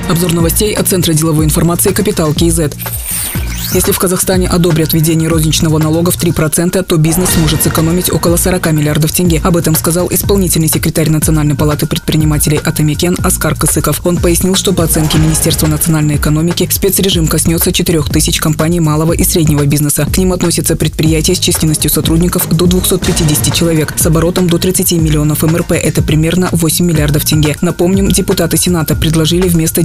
Обзор новостей от Центра деловой информации «Капитал КИЗ». Если в Казахстане одобрят введение розничного налога в 3%, то бизнес сможет сэкономить около 40 миллиардов тенге. Об этом сказал исполнительный секретарь Национальной палаты предпринимателей Атамекен Аскар Кысыков. Он пояснил, что по оценке Министерства национальной экономики спецрежим коснется 4000 компаний малого и среднего бизнеса. К ним относятся предприятия с численностью сотрудников до 250 человек, с оборотом до 30 миллионов МРП. Это примерно 8 миллиардов тенге. Напомним, депутаты Сената предложили вместо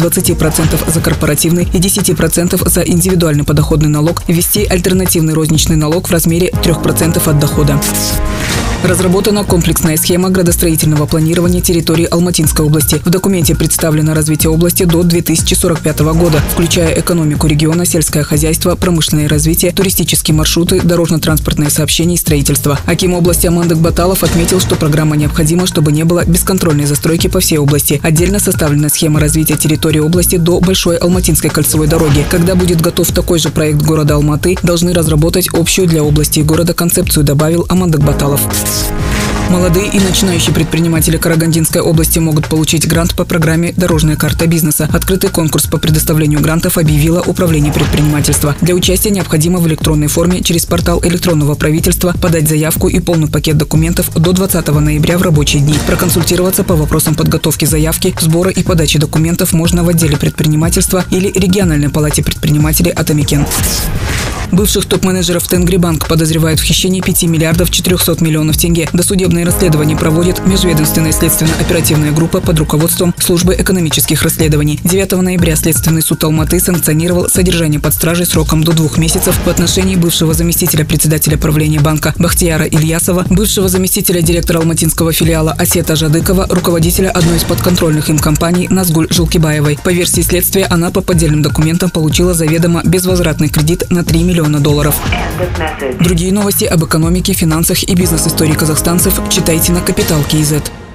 10-20% за корпоративный и 10% за индивидуальный подоходный налог ввести альтернативный розничный налог в размере 3% от дохода. Разработана комплексная схема градостроительного планирования территории Алматинской области. В документе представлено развитие области до 2045 года, включая экономику региона, сельское хозяйство, промышленное развитие, туристические маршруты, дорожно-транспортные сообщения и строительство. Аким области Амандык Баталов отметил, что программа необходима, чтобы не было бесконтрольной застройки по всей области. Отдельно составлена схема развития территории области до Большой Алматинской кольцевой дороги. Когда будет готов такой же проект города Алматы, должны разработать общую для области и города концепцию, добавил Амандык Баталов. Молодые и начинающие предприниматели Карагандинской области могут получить грант по программе «Дорожная карта бизнеса». Открытый конкурс по предоставлению грантов объявило Управление предпринимательства. Для участия необходимо в электронной форме через портал электронного правительства подать заявку и полный пакет документов до 20 ноября в рабочие дни. Проконсультироваться по вопросам подготовки заявки, сбора и подачи документов можно в отделе предпринимательства или региональной палате предпринимателей Атамекен. Бывших топ-менеджеров Тенгрибанк подозревают в хищении 5 миллиардов 400 миллионов тенге. Досудебные расследования проводит межведомственная следственно-оперативная группа под руководством Службы экономических расследований. 9 ноября Следственный суд Алматы санкционировал содержание под стражей сроком до 2 месяцев в отношении бывшего заместителя председателя правления банка Бахтияра Ильясова, бывшего заместителя директора алматинского филиала Асета Жадыкова, руководителя одной из подконтрольных им компаний Назгуль Жылкибаевой. По версии следствия, она по поддельным документам получила заведомо безвозвратный кредит на $3 миллиона. Другие новости об экономике, финансах и бизнес-истории казахстанцев читайте на Капитал КИЗ.